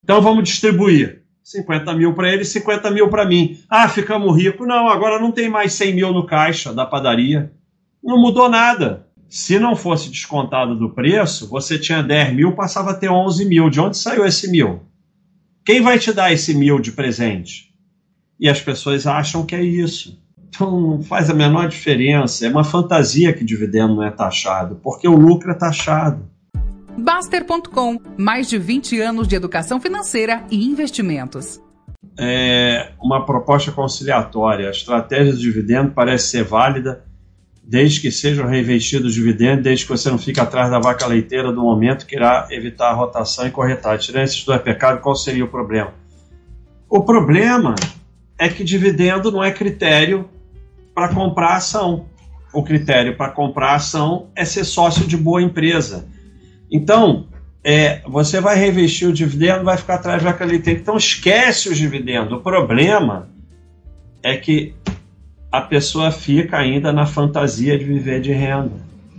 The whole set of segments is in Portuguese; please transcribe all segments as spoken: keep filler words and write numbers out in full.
Então vamos distribuir cinquenta mil para ele e cinquenta mil para mim. Ah, ficamos ricos. Não, agora não tem mais cem mil no caixa da padaria. Não mudou nada. Se não fosse descontado do preço, você tinha dez mil, passava a ter onze mil. De onde saiu esse mil? Quem vai te dar esse mil de presente? E as pessoas acham que é isso. Então não faz a menor diferença. É uma fantasia que dividendo não é taxado, porque o lucro é taxado. Baster ponto com. Mais de vinte anos de educação financeira e investimentos. É uma proposta conciliatória. A estratégia de dividendo parece ser válida desde que sejam reinvestidos os dividendos, desde que você não fique atrás da vaca leiteira do momento, que irá evitar a rotação e corretagem. Tirando esses dois pecados, qual seria o problema? O problema é que dividendo não é critério para comprar ação. O critério para comprar ação é ser sócio de boa empresa. Então, é, você vai reinvestir o dividendo, vai ficar atrás da vaca leiteira. Então, esquece os dividendos. O problema é que a pessoa fica ainda na fantasia de viver de renda.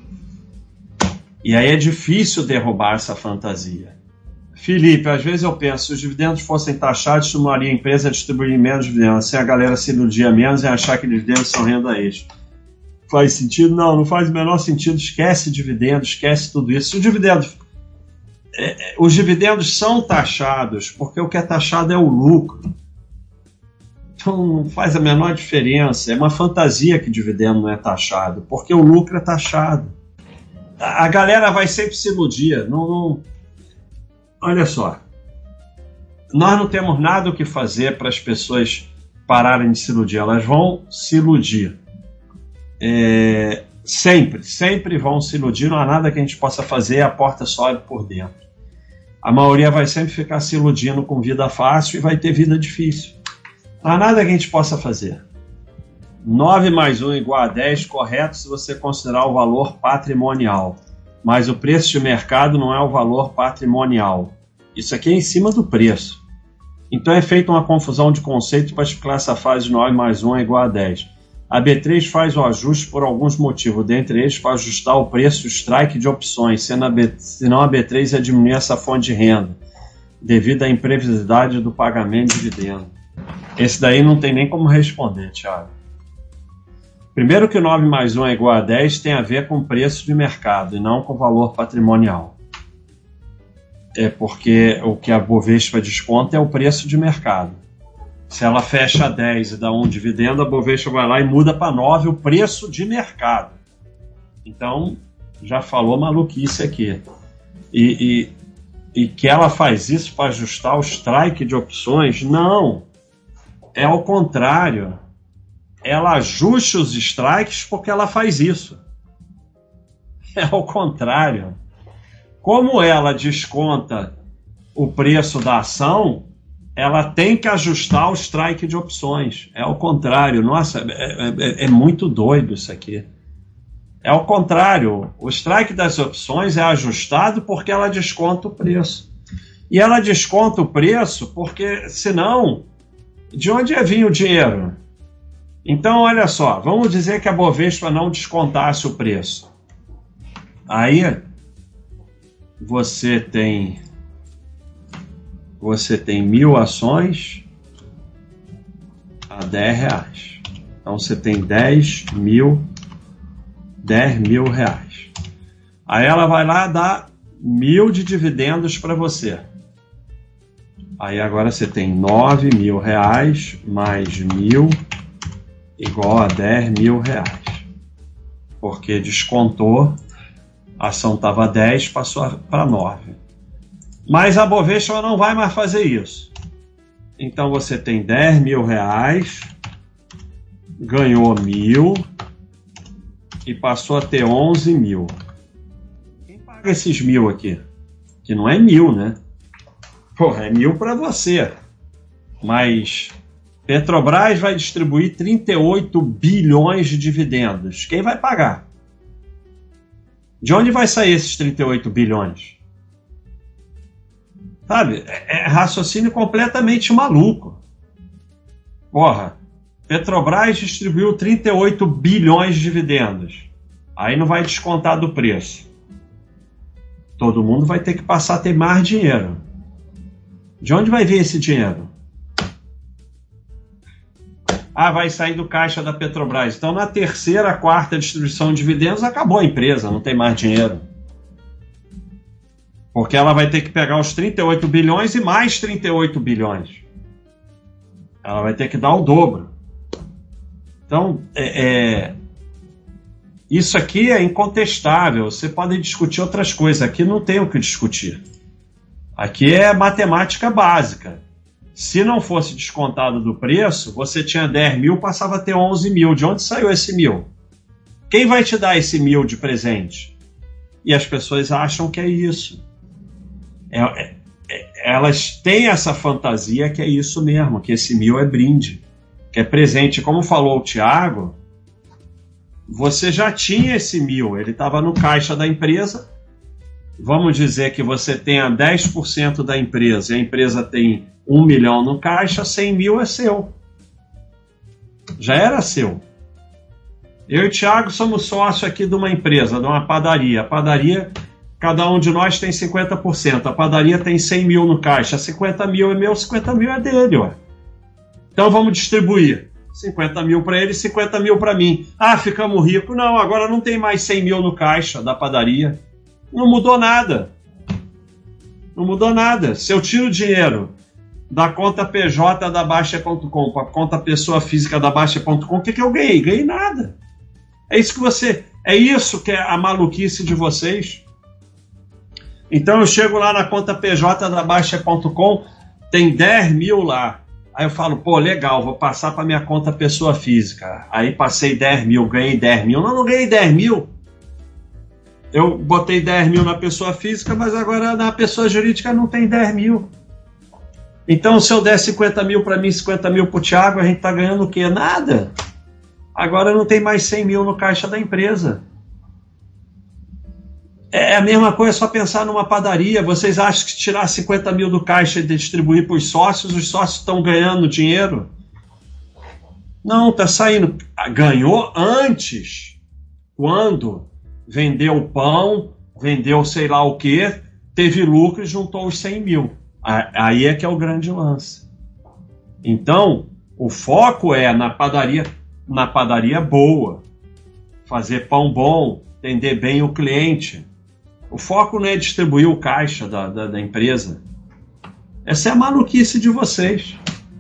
E aí é difícil derrubar essa fantasia. Felipe, às vezes eu penso, se os dividendos fossem taxados, estimaria a empresa a distribuir menos dividendos, assim a galera se iludia menos e achar que dividendos são renda extra. Faz sentido? Não, não faz o menor sentido. Esquece dividendos, esquece tudo isso. Se o dividendo, é, os dividendos são taxados, porque o que é taxado é o lucro. Então não faz a menor diferença. É uma fantasia que dividendo não é taxado, porque o lucro é taxado. A galera vai sempre se iludir. Não, não... Olha só, nós não temos nada o que fazer para as pessoas pararem de se iludir. Elas vão se iludir. É... Sempre, sempre vão se iludir. Não há nada que a gente possa fazer, a porta sobe por dentro. A maioria vai sempre ficar se iludindo com vida fácil e vai ter vida difícil. Não há nada que a gente possa fazer. nove mais um igual a dez, correto se você considerar o valor patrimonial. Mas o preço de mercado não é o valor patrimonial. Isso aqui é em cima do preço. Então é feita uma confusão de conceitos para explicar essa fase de nove mais um é igual a dez. A B três faz o ajuste por alguns motivos, dentre eles para ajustar o preço do strike de opções, sendo a B, senão a B três ia diminuir essa fonte de renda, devido à imprevisibilidade do pagamento de dividendo. Esse daí não tem nem como responder, Thiago. Primeiro que nove mais um é igual a dez tem a ver com preço de mercado e não com valor patrimonial. É porque o que a Bovespa desconta é o preço de mercado. Se ela fecha a dez e dá um dividendo, a Bovespa vai lá e muda para nove o preço de mercado. Então, já falou maluquice aqui. E, e, e que ela faz isso para ajustar o strike de opções? Não. É ao contrário. Ela ajusta os strikes porque ela faz isso. É ao contrário. Como ela desconta o preço da ação, ela tem que ajustar o strike de opções. É ao contrário. Nossa, é, é, é muito doido isso aqui. É ao contrário. O strike das opções é ajustado porque ela desconta o preço. E ela desconta o preço porque, senão, de onde ia vir o dinheiro? Então, olha só, vamos dizer que a Bovespa não descontasse o preço. Aí, você tem, você tem mil ações a dez reais. Então, você tem dez mil, dez mil reais. Aí ela vai lá dar mil de dividendos para você. Aí agora você tem nove mil reais mais mil igual a dez mil reais. Porque descontou, a ação estava dez, passou para nove. Mas a Bovespa não vai mais fazer isso. Então você tem dez mil reais, ganhou mil e passou a ter onze mil. Quem paga esses mil aqui? Que não é mil, né? Porra, é mil para você. Mas Petrobras vai distribuir trinta e oito bilhões de dividendos. Quem vai pagar? De onde vai sair esses trinta e oito bilhões? Sabe? É raciocínio completamente maluco. Porra, Petrobras distribuiu trinta e oito bilhões de dividendos. Aí não vai descontar do preço. Todo mundo vai ter que passar a ter mais dinheiro. De onde vai vir esse dinheiro? Ah, vai sair do caixa da Petrobras. Então, na terceira, quarta distribuição de dividendos, acabou a empresa, não tem mais dinheiro. Porque ela vai ter que pegar os trinta e oito bilhões e mais trinta e oito bilhões. Ela vai ter que dar o dobro. Então, é, é, isso aqui é incontestável. Você pode discutir outras coisas. Aqui não tem o que discutir. Aqui é matemática básica. Se não fosse descontado do preço, você tinha dez mil, passava a ter onze mil. De onde saiu esse mil? Quem vai te dar esse mil de presente? E as pessoas acham que é isso. É, é, é, elas têm essa fantasia que é isso mesmo, que esse mil é brinde, que é presente. Como falou o Tiago, você já tinha esse mil, ele estava no caixa da empresa. Vamos dizer que você tenha dez por cento da empresa e a empresa tem um milhão no caixa, cem mil é seu. Já era seu. Eu e o Tiago somos sócios aqui de uma empresa, de uma padaria. A padaria, cada um de nós tem cinquenta por cento. A padaria tem cem mil no caixa. cinquenta mil é meu, cinquenta mil é dele. Ué. Então vamos distribuir. cinquenta mil para ele, cinquenta mil para mim. Ah, ficamos ricos. Não, agora não tem mais cem mil no caixa da padaria. Não mudou nada. Não mudou nada. Se eu tiro dinheiro da conta P J da Baixa ponto com para a conta pessoa física da Baixa ponto com, o que, que eu ganhei? Ganhei nada. É isso que você... É isso que é a maluquice de vocês. Então eu chego lá na conta P J da Baixa ponto com, tem dez mil lá. Aí eu falo, pô, legal, vou passar para minha conta pessoa física. Aí passei dez mil, ganhei dez mil. Não, não ganhei dez mil. Eu botei dez mil na pessoa física, mas agora na pessoa jurídica não tem dez mil. Então, se eu der cinquenta mil para mim, cinquenta mil para o Thiago, a gente está ganhando o quê? Nada. Agora não tem mais cem mil no caixa da empresa. É a mesma coisa, é só pensar numa padaria. Vocês acham que tirar cinquenta mil do caixa e distribuir para os sócios, os sócios estão ganhando dinheiro? Não, está saindo. Ganhou antes, quando vendeu o pão, vendeu sei lá o que, teve lucro e juntou os cem mil. Aí é que é o grande lance. Então, o foco é na padaria, na padaria boa, fazer pão bom, atender bem o cliente. O foco não é distribuir o caixa da, da, da empresa. Essa é a maluquice de vocês.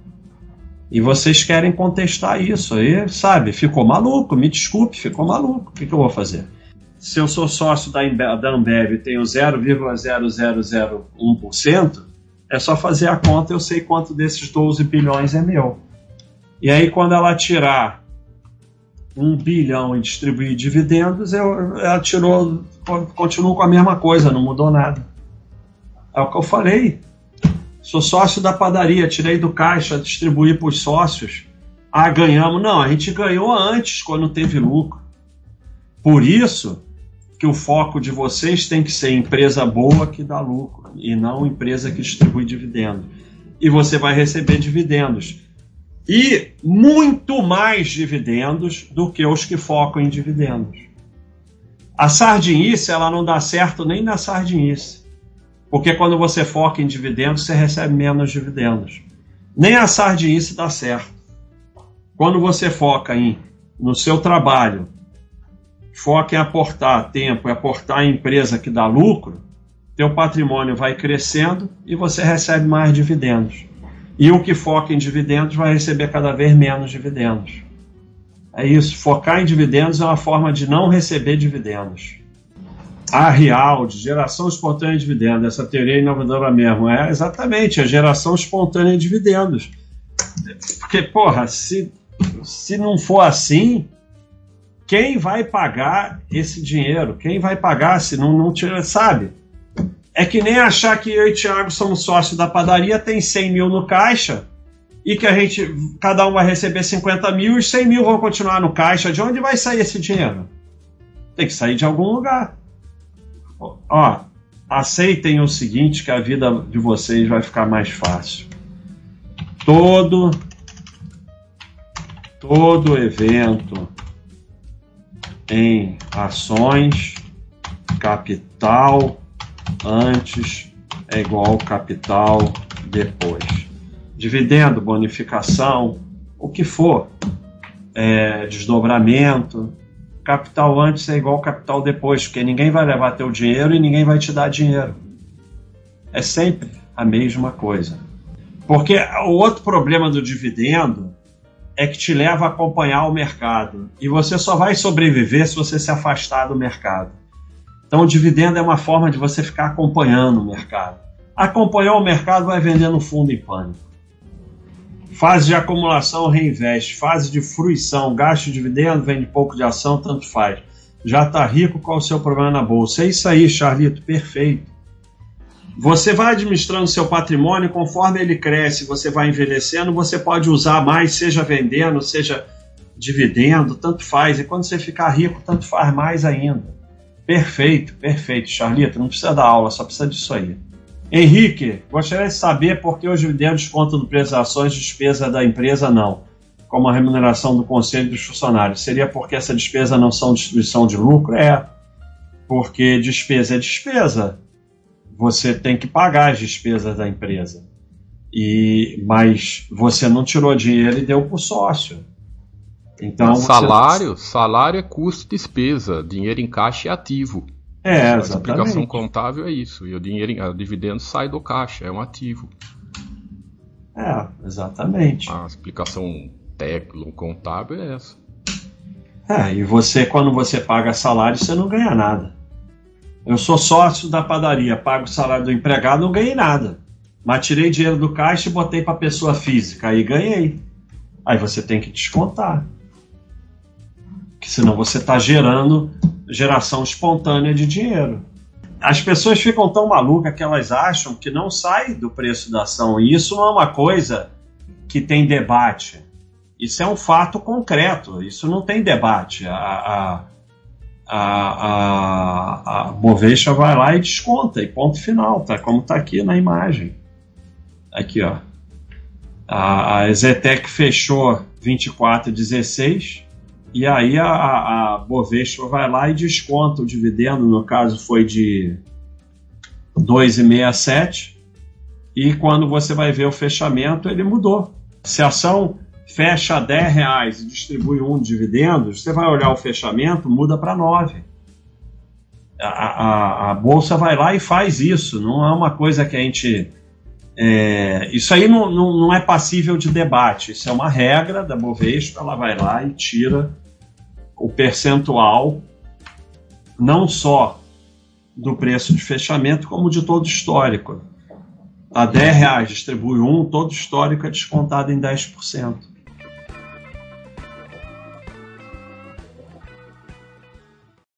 E vocês querem contestar isso. Aí, sabe, ficou maluco, me desculpe, ficou maluco. O que, que eu vou fazer? Se eu sou sócio da, da Ambev e tenho zero vírgula zero zero zero um por cento, é só fazer a conta, eu sei quanto desses doze bilhões é meu. E aí, quando ela tirar um bilhão e distribuir dividendos, eu, ela tirou, continuo com a mesma coisa, não mudou nada. É o que eu falei. Sou sócio da padaria, tirei do caixa, distribuí para os sócios. Ah, ganhamos. Não, a gente ganhou antes, quando teve lucro. Por isso que o foco de vocês tem que ser empresa boa que dá lucro e não empresa que distribui dividendos. E você vai receber dividendos. E muito mais dividendos do que os que focam em dividendos. A sardinice, ela não dá certo nem na sardinice. Porque quando você foca em dividendos, você recebe menos dividendos. Nem a sardinice dá certo. Quando você foca em, no seu trabalho, foca em aportar tempo e aportar em empresa que dá lucro, teu patrimônio vai crescendo e você recebe mais dividendos. E o que foca em dividendos vai receber cada vez menos dividendos. É isso, focar em dividendos é uma forma de não receber dividendos. A real, de geração espontânea de dividendos, essa teoria é inovadora mesmo, é exatamente a geração espontânea de dividendos. Porque, porra, se, se não for assim, quem vai pagar esse dinheiro? Quem vai pagar se não, não tira, sabe? É que nem achar que eu e o Thiago somos sócios da padaria, tem cem mil no caixa e que a gente, cada um vai receber cinquenta mil e os cem mil vão continuar no caixa. De onde vai sair esse dinheiro? Tem que sair de algum lugar. Ó, aceitem o seguinte, que a vida de vocês vai ficar mais fácil. Todo, todo evento em ações, capital antes é igual capital depois. Dividendo, bonificação, o que for, é, desdobramento. Capital antes é igual capital depois, porque ninguém vai levar teu dinheiro e ninguém vai te dar dinheiro. É sempre a mesma coisa. Porque o outro problema do dividendo é que te leva a acompanhar o mercado. E você só vai sobreviver se você se afastar do mercado. Então o dividendo é uma forma de você ficar acompanhando o mercado. Acompanhar o mercado vai vender no fundo em pânico. Fase de acumulação, reinveste. Fase de fruição, gasto dividendo, vende pouco de ação, tanto faz. Já está rico, qual o seu problema na bolsa? É isso aí, Charlito, perfeito. Você vai administrando seu patrimônio, conforme ele cresce, você vai envelhecendo, você pode usar mais, seja vendendo, seja dividendo, tanto faz. E quando você ficar rico, tanto faz mais ainda. Perfeito, perfeito, Charlito, não precisa dar aula, só precisa disso aí. Henrique, gostaria de saber por que os dividendos contam do preço das ações, despesa da empresa não, como a remuneração do conselho dos funcionários. Seria porque essa despesa não são distribuição de lucro? É, porque despesa é despesa. Você tem que pagar as despesas da empresa. E, mas você não tirou dinheiro e deu para o sócio. Então, salário, você... salário é custo e despesa, dinheiro em caixa é ativo. É, a exatamente. explicação contábil é isso. E o dinheiro, o dividendo sai do caixa, é um ativo. É, exatamente. A explicação técnica contábil é essa. É, e você, quando você paga salário, você não ganha nada. Eu sou sócio da padaria, pago o salário do empregado, não ganhei nada. Mas tirei dinheiro do caixa e botei para pessoa física, aí ganhei. Aí você tem que descontar. Porque senão você está gerando geração espontânea de dinheiro. As pessoas ficam tão malucas que elas acham que não sai do preço da ação. E isso não é uma coisa que tem debate. Isso é um fato concreto. Isso não tem debate. A, a, a, a, a Bovespa vai lá e desconta. E ponto final. Tá? Como está aqui na imagem. Aqui, ó. A, a Zetec fechou vinte e quatro e dezesseis. E aí a, a Bovespa vai lá e desconta o dividendo, no caso foi de dois vírgula sessenta e sete, e quando você vai ver o fechamento, ele mudou. Se a ação fecha a dez reais e distribui um de dividendos, você vai olhar o fechamento, muda para nove. A, a, a Bolsa vai lá e faz isso, não é uma coisa que a gente... É, isso aí não, não, não é passível de debate, isso é uma regra da Bovespa, ela vai lá e tira o percentual não só do preço de fechamento, como de todo histórico. A dez reais distribui um, todo histórico é descontado em dez por cento.